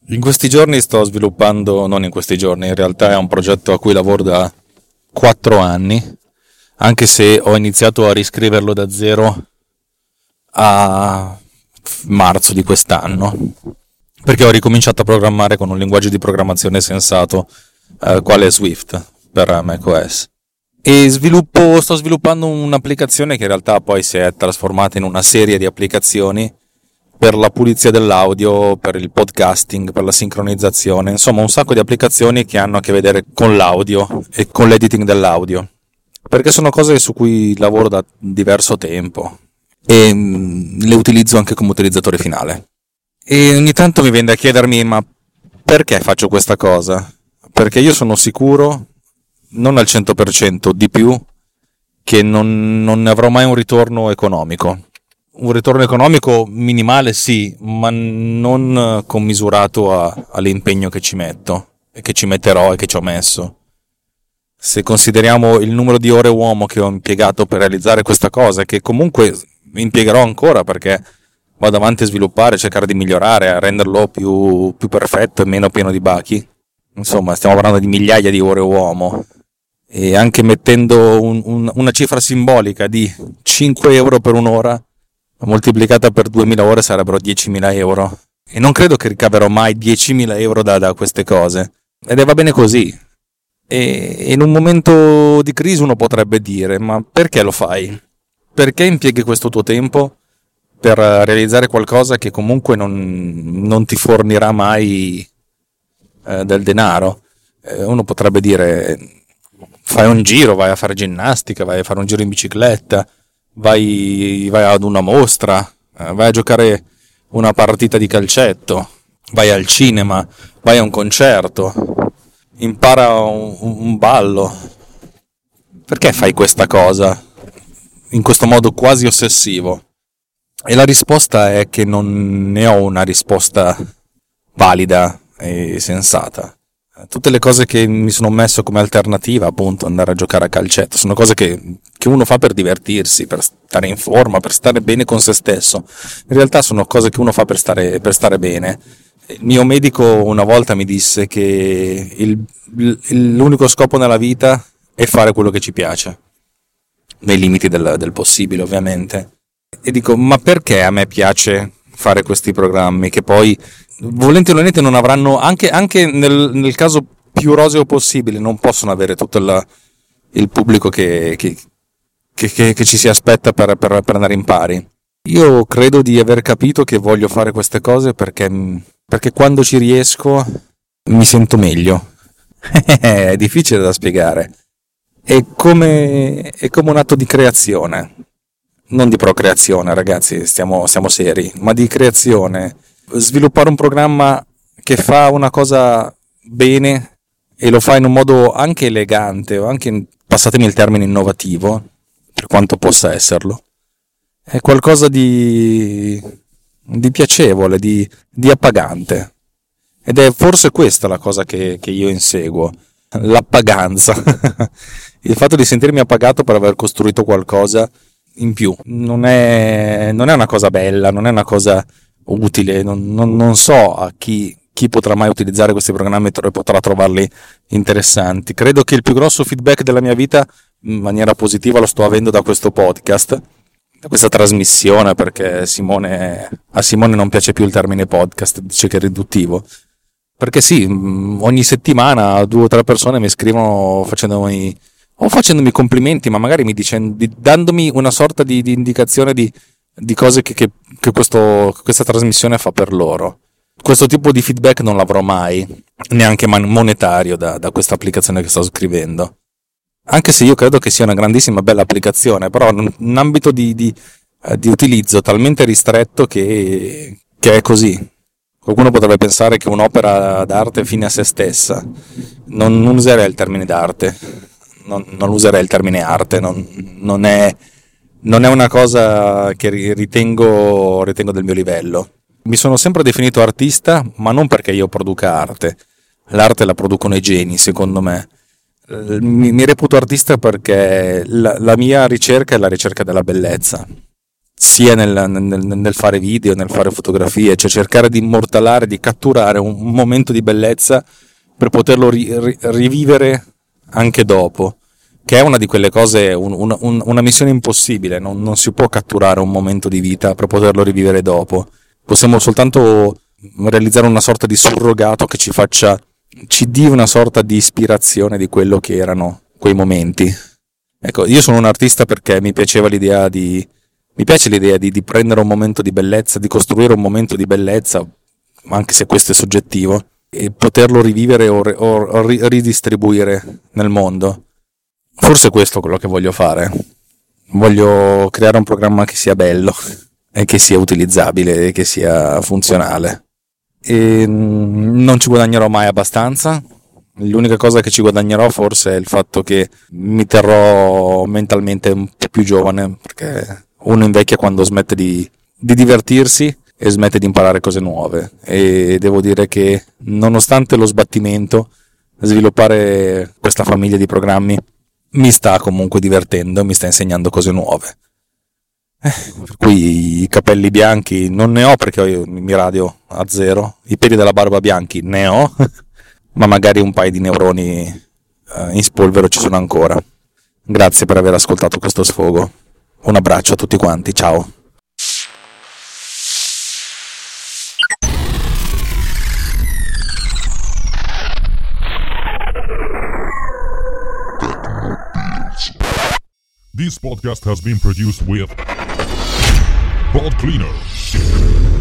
In questi giorni sto sviluppando, non in questi giorni, in realtà è un progetto a cui lavoro da 4 anni, anche se ho iniziato a riscriverlo da zero a marzo di quest'anno, perché ho ricominciato a programmare con un linguaggio di programmazione sensato, quale è Swift per macOS. E sto sviluppando un'applicazione che in realtà poi si è trasformata in una serie di applicazioni per la pulizia dell'audio, per il podcasting, per la sincronizzazione, insomma un sacco di applicazioni che hanno a che vedere con l'audio e con l'editing dell'audio, perché sono cose su cui lavoro da diverso tempo e le utilizzo anche come utilizzatore finale. E ogni tanto mi viene da chiedermi: ma perché faccio questa cosa? Perché io sono sicuro, non al 100% di più, che non ne avrò mai un ritorno economico. Un ritorno economico minimale sì, ma non commisurato all'impegno che ci metto e che ci metterò e che ci ho messo. Se consideriamo il numero di ore uomo che ho impiegato per realizzare questa cosa, che comunque impiegherò ancora perché vado avanti a sviluppare, cercare di migliorare, a renderlo più perfetto e meno pieno di bachi. Insomma, stiamo parlando di migliaia di ore uomo. E anche mettendo una cifra simbolica di 5 euro per un'ora, moltiplicata per 2000 ore sarebbero 10.000 euro. E non credo che ricaverò mai 10.000 euro da queste cose. Ed va bene così. E in un momento di crisi uno potrebbe dire: ma perché lo fai? Perché impieghi questo tuo tempo per realizzare qualcosa che comunque non ti fornirà mai del denaro? Uno potrebbe dire: fai un giro, vai a fare ginnastica, vai a fare un giro in bicicletta, vai ad una mostra, vai a giocare una partita di calcetto, vai al cinema, vai a un concerto, impara un ballo. Perché fai questa cosa in questo modo quasi ossessivo? E la risposta è che non ne ho una risposta valida e sensata. Tutte le cose che mi sono messo come alternativa, appunto, andare a giocare a calcetto, sono cose che uno fa per divertirsi, per stare in forma, per stare bene con se stesso. In realtà sono cose che uno fa per stare bene. Il mio medico una volta mi disse che l'unico scopo nella vita è fare quello che ci piace, nei limiti del possibile, ovviamente. E dico: ma perché a me piace fare questi programmi che poi volenti o nolenti non avranno, anche nel caso più roseo possibile, non possono avere tutto il pubblico che ci si aspetta per andare in pari. Io credo di aver capito che voglio fare queste cose perché quando ci riesco mi sento meglio. È difficile da spiegare. È come un atto di creazione, non di procreazione, ragazzi, siamo seri, ma di creazione. Sviluppare un programma che fa una cosa bene e lo fa in un modo anche elegante o anche, passatemi il termine, innovativo, per quanto possa esserlo, è qualcosa di piacevole, di appagante. Ed è forse questa la cosa che io inseguo, l'appaganza. Il fatto di sentirmi appagato per aver costruito qualcosa in più. Non è una cosa bella, non è una cosa utile, non so a chi potrà mai utilizzare questi programmi e potrà trovarli interessanti. Credo che il più grosso feedback della mia vita in maniera positiva lo sto avendo da questo podcast, da questa trasmissione, perché a Simone non piace più il termine podcast, dice che è riduttivo. Perché sì, ogni settimana 2 o 3 persone mi scrivono facendomi complimenti, ma magari dandomi una sorta di indicazione di cose che questa trasmissione fa per loro. Questo tipo di feedback non l'avrò mai, neanche monetario, da questa applicazione che sto scrivendo. Anche se io credo che sia una grandissima bella applicazione, però in un ambito di utilizzo talmente ristretto che è così. Qualcuno potrebbe pensare che un'opera d'arte è fine a se stessa. Non userei il termine d'arte, non userei il termine arte, non è una cosa che ritengo del mio livello. Mi sono sempre definito artista, ma non perché io produca arte. L'arte la producono i geni, secondo me. Mi reputo artista perché la mia ricerca è la ricerca della bellezza. sia nel fare video, nel fare fotografie, cioè cercare di immortalare, di catturare un momento di bellezza per poterlo rivivere anche dopo, che è una di quelle cose, una missione impossibile. Non si può catturare un momento di vita per poterlo rivivere dopo, possiamo soltanto realizzare una sorta di surrogato che ci dia una sorta di ispirazione di quello che erano quei momenti. Ecco, io sono un artista perché mi piace l'idea di prendere un momento di bellezza, di costruire un momento di bellezza, anche se questo è soggettivo, e poterlo rivivere o ridistribuire nel mondo. Forse questo è quello che voglio fare. Voglio creare un programma che sia bello e che sia utilizzabile e che sia funzionale. E non ci guadagnerò mai abbastanza. L'unica cosa che ci guadagnerò forse è il fatto che mi terrò mentalmente un po' più giovane, perché uno invecchia quando smette di divertirsi e smette di imparare cose nuove, e devo dire che nonostante lo sbattimento, sviluppare questa famiglia di programmi mi sta comunque divertendo, mi sta insegnando cose nuove. Per cui i capelli bianchi non ne ho, perché io mi radio a zero, i peli della barba bianchi ne ho, ma magari un paio di neuroni in spolvero ci sono ancora. Grazie per aver ascoltato questo sfogo. Un abbraccio a tutti quanti, ciao. This podcast has been produced with Pod Cleaner.